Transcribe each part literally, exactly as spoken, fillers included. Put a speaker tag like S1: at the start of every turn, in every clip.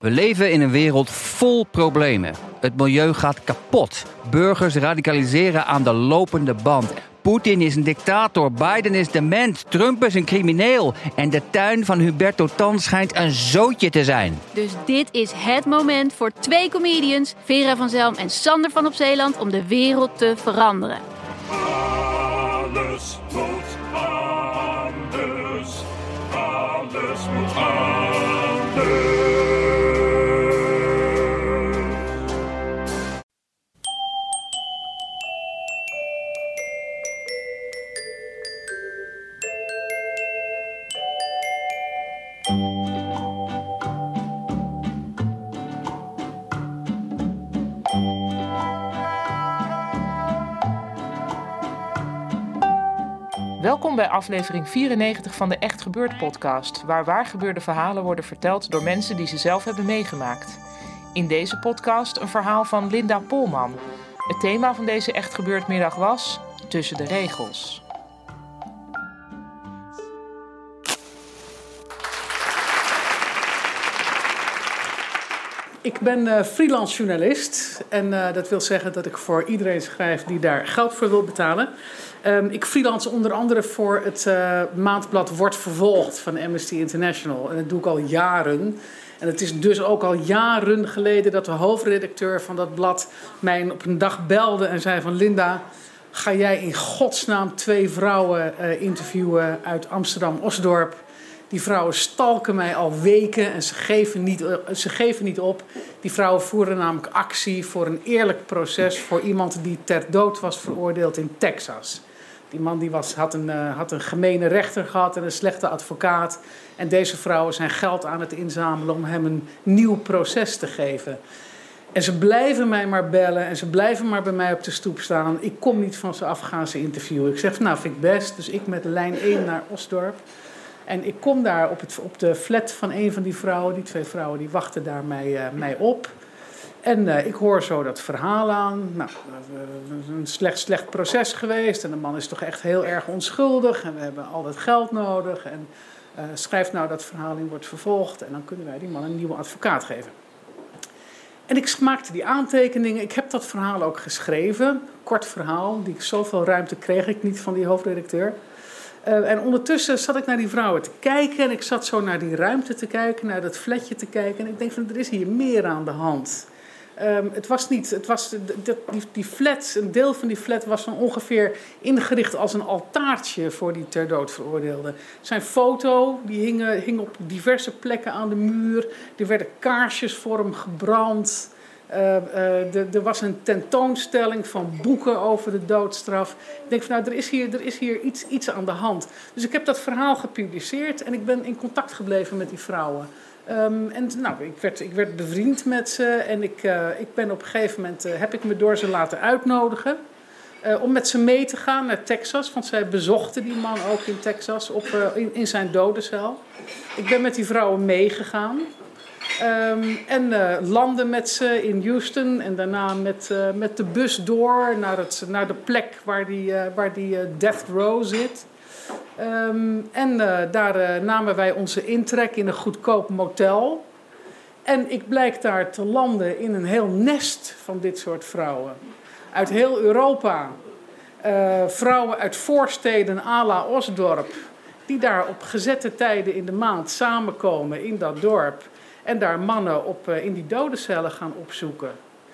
S1: We leven in een wereld vol problemen. Het milieu gaat kapot. Burgers radicaliseren aan de lopende band. Poetin is een dictator, Biden is dement, Trump is een crimineel. En de tuin van Huberto Tan schijnt een zootje te zijn.
S2: Dus dit is het moment voor twee comedians, Vera van Zelm en Sander van op Zeeland, om de wereld te veranderen.
S3: Alles moet anders. Alles moet anders.
S4: Welkom bij aflevering vierennegentig van de Echt Gebeurd podcast, waar waargebeurde verhalen worden verteld door mensen die ze zelf hebben meegemaakt. In deze podcast een verhaal van Linda Polman. Het thema van deze Echt Gebeurd middag was Tussen de regels.
S5: Ik ben uh, freelance journalist en uh, dat wil zeggen dat ik voor iedereen schrijf die daar geld voor wil betalen. Um, ik freelance onder andere voor het uh, maandblad Wordt Vervolgd van Amnesty International. En dat doe ik al jaren. En het is dus ook al jaren geleden dat de hoofdredacteur van dat blad mij op een dag belde en zei van: Linda, ga jij in godsnaam twee vrouwen uh, interviewen uit Amsterdam-Osdorp? Die vrouwen stalken mij al weken en ze geven, niet, ze geven niet op. Die vrouwen voeren namelijk actie voor een eerlijk proces voor iemand die ter dood was veroordeeld in Texas. Die man die was, had, een, uh, had een gemene rechter gehad en een slechte advocaat. En deze vrouwen zijn geld aan het inzamelen om hem een nieuw proces te geven. En ze blijven mij maar bellen en ze blijven maar bij mij op de stoep staan. Ik kom niet van ze af, gaan ze interviewen. Ik zeg, nou vind ik best. Dus ik met lijn één naar Osdorp. En ik kom daar op, het, op de flat van een van die vrouwen. Die twee vrouwen die wachten daar mij, uh, mij op. En uh, ik hoor zo dat verhaal aan. Nou, uh, een slecht, slecht proces geweest. En de man is toch echt heel erg onschuldig. En we hebben al dat geld nodig. En uh, schrijf nou dat verhaal in Wordt Vervolgd. En dan kunnen wij die man een nieuwe advocaat geven. En ik maakte die aantekeningen. Ik heb dat verhaal ook geschreven. Kort verhaal. Die, zoveel ruimte kreeg ik niet van die hoofdredacteur. Uh, en ondertussen zat ik naar die vrouwen te kijken. En ik zat zo naar die ruimte te kijken. Naar dat flatje te kijken. En ik denk van, er is hier meer aan de hand. Um, het was niet, het was, die, die flat, een deel van die flat was dan ongeveer ingericht als een altaartje voor die ter dood veroordeelden. Zijn foto, die hing, hing op diverse plekken aan de muur. Er werden kaarsjes voor hem gebrand. Uh, uh, er was een tentoonstelling van boeken over de doodstraf. Ik denk van, nou, er is hier, er is hier iets, iets aan de hand. Dus ik heb dat verhaal gepubliceerd en ik ben in contact gebleven met die vrouwen. Um, en nou, ik werd, ik werd bevriend met ze en ik, uh, ik ben op een gegeven moment, uh, heb ik me door ze laten uitnodigen uh, om met ze mee te gaan naar Texas. Want zij bezochten die man ook in Texas, op, uh, in, in zijn dodencel. Ik ben met die vrouwen meegegaan um, en uh, landde met ze in Houston en daarna met, uh, met de bus door naar, het, naar de plek waar die, uh, waar die uh, Death Row zit. Um, en uh, daar uh, namen wij onze intrek in een goedkoop motel. En ik blijk daar te landen in een heel nest van dit soort vrouwen. Uit heel Europa. Uh, vrouwen uit voorsteden à la Osdorp. Die daar op gezette tijden in de maand samenkomen in dat dorp. En daar mannen op, uh, in die dodencellen gaan opzoeken.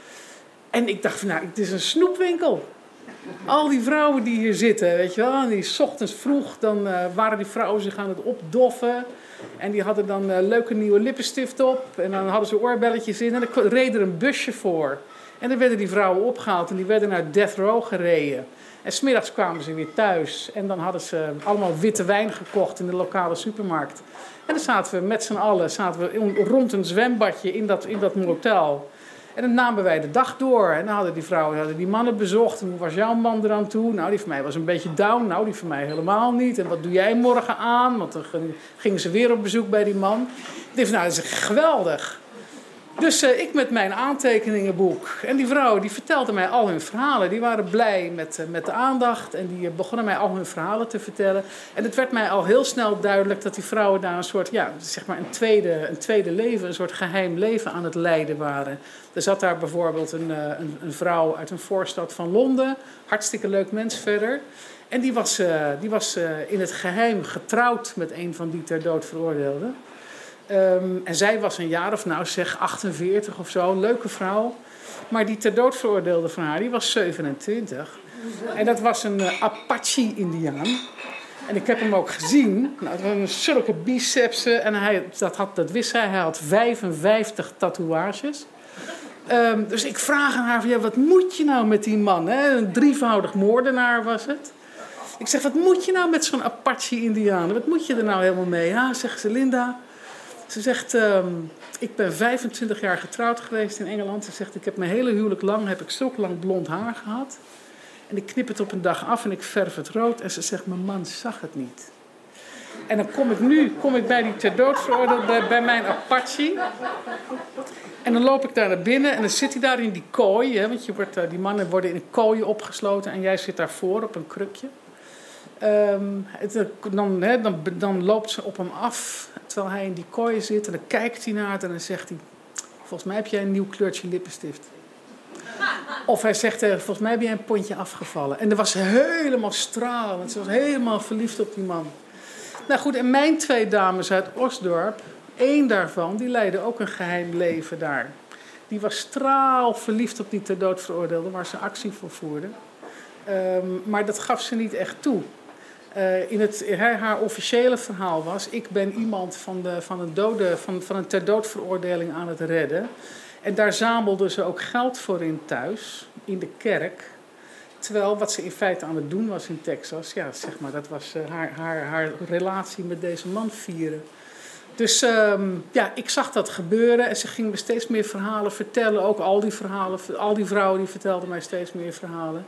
S5: En ik dacht van, nou, het is een snoepwinkel. Al die vrouwen die hier zitten, weet je wel, en die 's ochtends vroeg, dan uh, waren die vrouwen zich aan het opdoffen. En die hadden dan uh, leuke nieuwe lippenstift op. En dan hadden ze oorbelletjes in en er reed er een busje voor. En dan werden die vrouwen opgehaald en die werden naar Death Row gereden. En 's middags kwamen ze weer thuis. En dan hadden ze allemaal witte wijn gekocht in de lokale supermarkt. En dan zaten we met z'n allen zaten we rond een zwembadje in dat, in dat motel. En dan namen wij de dag door. En dan hadden die vrouwen hadden die mannen bezocht. En hoe was jouw man eraan toe? Nou, die van mij was een beetje down. Nou, die van mij helemaal niet. En wat doe jij morgen aan? Want dan gingen ze weer op bezoek bij die man. Ik dacht, nou, dat is geweldig. Dus uh, ik met mijn aantekeningenboek. En die vrouwen die vertelden mij al hun verhalen. Die waren blij met, uh, met de aandacht. En die uh, begonnen mij al hun verhalen te vertellen. En het werd mij al heel snel duidelijk dat die vrouwen daar een soort, ja, zeg maar een tweede, een tweede leven, een soort geheim leven aan het leiden waren. Er zat daar bijvoorbeeld een, uh, een, een vrouw uit een voorstad van Londen. Hartstikke leuk mens verder. En die was, uh, die was uh, in het geheim getrouwd met een van die ter dood veroordeelden. Um, en zij was een jaar of nou zeg achtenveertig of zo, een leuke vrouw. Maar die ter dood veroordeelde van haar, die was zevenentwintig. En dat was een uh, Apache-Indiaan. En ik heb hem ook gezien. Nou, het waren zulke bicepsen. En hij, dat, had, dat wist hij, hij had vijfenvijftig tatoeages. Um, dus ik vraag aan haar van, ja, wat moet je nou met die man? Hè? Een drievoudig moordenaar was het. Ik zeg, wat moet je nou met zo'n Apache-Indiaan? Wat moet je er nou helemaal mee? Ja, zegt ze, Linda. Ze zegt, um, ik ben vijfentwintig jaar getrouwd geweest in Engeland. Ze zegt, ik heb mijn hele huwelijk lang, heb ik zulk lang blond haar gehad. En ik knip het op een dag af en ik verf het rood. En ze zegt, mijn man zag het niet. En dan kom ik nu kom ik bij die ter dood veroordeeld, bij, bij mijn Apache. En dan loop ik daar naar binnen en dan zit hij daar in die kooi. Hè, want je wordt, uh, die mannen worden in kooien opgesloten en jij zit daarvoor op een krukje. Um, het, dan, he, dan, dan loopt ze op hem af terwijl hij in die kooi zit. En dan kijkt hij naar het en dan zegt hij, volgens mij heb jij een nieuw kleurtje lippenstift. Of hij zegt tegen, volgens mij heb jij een pondje afgevallen. En dat was helemaal stralend. Ze was helemaal verliefd op die man. Nou goed, en mijn twee dames uit Osdorp, één daarvan, die leidde ook een geheim leven daar. Die was straal verliefd op die ter dood veroordeelde, waar ze actie voor voerde. Um, maar dat gaf ze niet echt toe. Uh, in het, haar, haar officiële verhaal was, ik ben iemand van, de, van, een, dode, van, van een ter dood veroordeling aan het redden. En daar zamelde ze ook geld voor in thuis, in de kerk. Terwijl wat ze in feite aan het doen was in Texas, ja, zeg maar, dat was uh, haar, haar, haar relatie met deze man vieren. Dus um, ja, ik zag dat gebeuren en ze ging me steeds meer verhalen vertellen. Ook al die verhalen, al die vrouwen die vertelden mij steeds meer verhalen.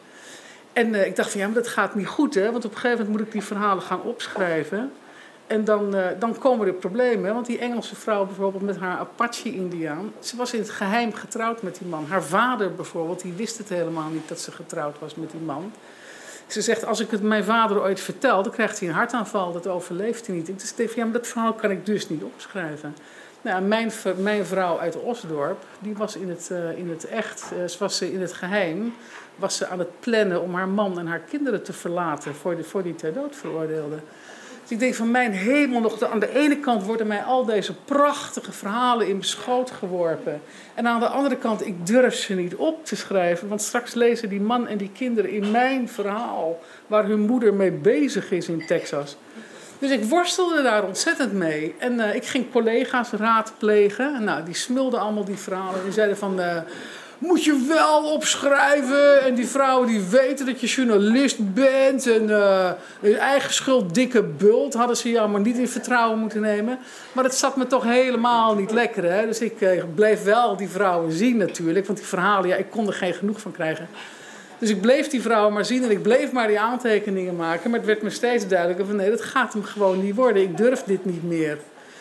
S5: En uh, ik dacht van ja, maar dat gaat niet goed, hè? Want op een gegeven moment moet ik die verhalen gaan opschrijven. En dan, uh, dan komen er problemen. Hè? Want die Engelse vrouw bijvoorbeeld met haar Apache-Indiaan, ze was in het geheim getrouwd met die man. Haar vader bijvoorbeeld, die wist het helemaal niet dat ze getrouwd was met die man. Ze zegt, als ik het mijn vader ooit vertel, dan krijgt hij een hartaanval. Dat overleeft hij niet. Ik dacht van ja, maar dat verhaal kan ik dus niet opschrijven. Nou, mijn, mijn vrouw uit Osdorp, die was in het, uh, in het echt, uh, was ze in het geheim, was ze aan het plannen om haar man en haar kinderen te verlaten voor, de, voor die ter dood veroordeelde. Dus ik denk van mijn hemel, nog aan de ene kant worden mij al deze prachtige verhalen in mijn schoot geworpen. En aan de andere kant, ik durf ze niet op te schrijven. Want straks lezen die man en die kinderen in mijn verhaal waar hun moeder mee bezig is in Texas. Dus ik worstelde daar ontzettend mee. En uh, ik ging collega's raadplegen. En nou, die smulden allemaal die verhalen. En die zeiden van, uh, moet je wel opschrijven. En die vrouwen die weten dat je journalist bent. En uh, je eigen schuld dikke bult. Hadden ze jou maar niet in vertrouwen moeten nemen. Maar het zat me toch helemaal niet lekker. Hè? Dus ik uh, bleef wel die vrouwen zien natuurlijk. Want die verhalen, ja, ik kon er geen genoeg van krijgen. Dus ik bleef die vrouwen maar zien en ik bleef maar die aantekeningen maken. Maar het werd me steeds duidelijker van nee, dat gaat hem gewoon niet worden. Ik durf dit niet meer.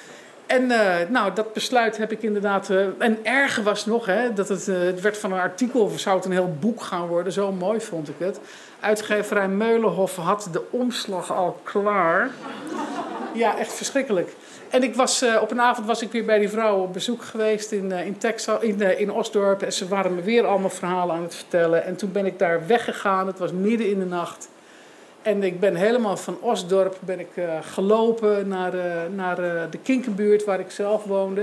S5: En uh, nou, dat besluit heb ik inderdaad... Uh, en erger was nog, hè, dat het, uh, het werd van een artikel of zou het een heel boek gaan worden. Zo mooi vond ik het. Uitgeverij Meulenhof had de omslag al klaar. Ja, echt verschrikkelijk. En ik was, uh, op een avond was ik weer bij die vrouwen op bezoek geweest in, uh, in, Texas, in, uh, in Osdorp. En ze waren me weer allemaal verhalen aan het vertellen. En toen ben ik daar weggegaan. Het was midden in de nacht. En ik ben helemaal van Osdorp ben ik, uh, gelopen naar, uh, naar uh, de Kinkerbuurt waar ik zelf woonde.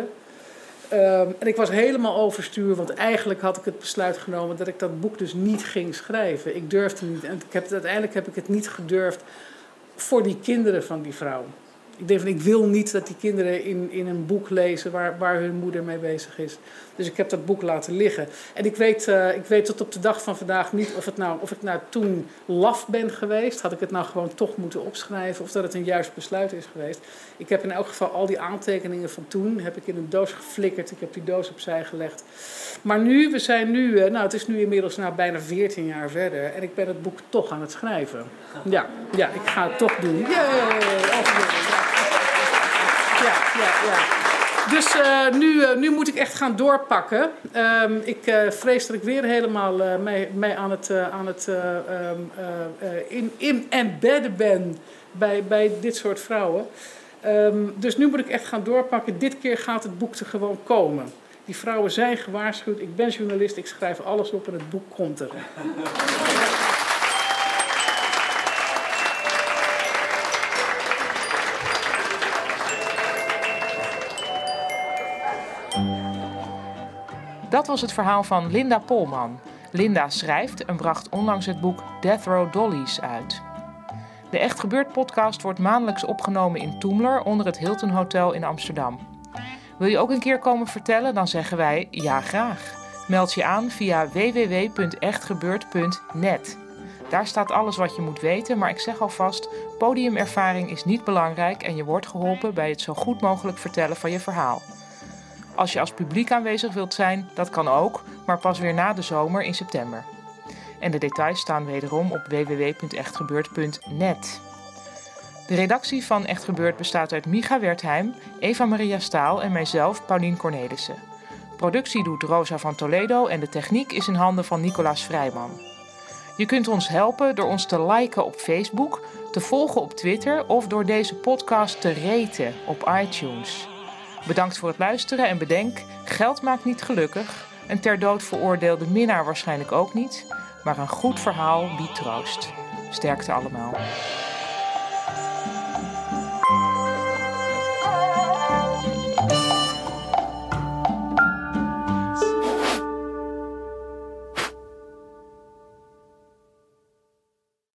S5: Um, en ik was helemaal overstuur, want eigenlijk had ik het besluit genomen dat ik dat boek dus niet ging schrijven. Ik durfde niet. En ik heb, uiteindelijk heb ik het niet gedurfd voor die kinderen van die vrouw. Ik denk van, ik wil niet dat die kinderen in, in een boek lezen waar, waar hun moeder mee bezig is. Dus ik heb dat boek laten liggen. En ik weet, uh, ik weet tot op de dag van vandaag niet of, het nou, of ik nou toen laf ben geweest. Had ik het nou gewoon toch moeten opschrijven of dat het een juist besluit is geweest. Ik heb in elk geval al die aantekeningen van toen heb ik in een doos geflikkerd. Ik heb die doos opzij gelegd. Maar nu, we zijn nu, uh, nou het is nu inmiddels nou bijna veertien jaar verder. En ik ben het boek toch aan het schrijven. Ja, ja ik ga het toch doen. Yay! Ja, ja, ja. Dus uh, nu, uh, nu moet ik echt gaan doorpakken. Um, ik uh, vrees dat ik weer helemaal uh, mee, mee aan het, uh, aan het uh, um, uh, uh, in, in embedden ben bij, bij dit soort vrouwen. Um, dus nu moet ik echt gaan doorpakken. Dit keer gaat het boek er gewoon komen. Die vrouwen zijn gewaarschuwd. Ik ben journalist, ik schrijf alles op en het boek komt er.
S4: Dat was het verhaal van Linda Polman. Linda schrijft en bracht onlangs het boek Death Row Dollies uit. De Echt Gebeurd podcast wordt maandelijks opgenomen in Toemler onder het Hilton Hotel in Amsterdam. Wil je ook een keer komen vertellen? Dan zeggen wij ja graag. Meld je aan via w w w punt echt gebeurd punt net. Daar staat alles wat je moet weten, maar ik zeg alvast, podiumervaring is niet belangrijk en je wordt geholpen bij het zo goed mogelijk vertellen van je verhaal. Als je als publiek aanwezig wilt zijn, dat kan ook, maar pas weer na de zomer in september. En de details staan wederom op w w w punt echt gebeurd punt net. De redactie van Echt Gebeurd bestaat uit Micha Wertheim, Eva-Maria Staal en mijzelf, Paulien Cornelissen. Productie doet Rosa van Toledo en de techniek is in handen van Nicolaas Vrijman. Je kunt ons helpen door ons te liken op Facebook, te volgen op Twitter of door deze podcast te raten op iTunes. Bedankt voor het luisteren en bedenk, geld maakt niet gelukkig, een ter dood veroordeelde minnaar waarschijnlijk ook niet, maar een goed verhaal biedt troost. Sterkte allemaal.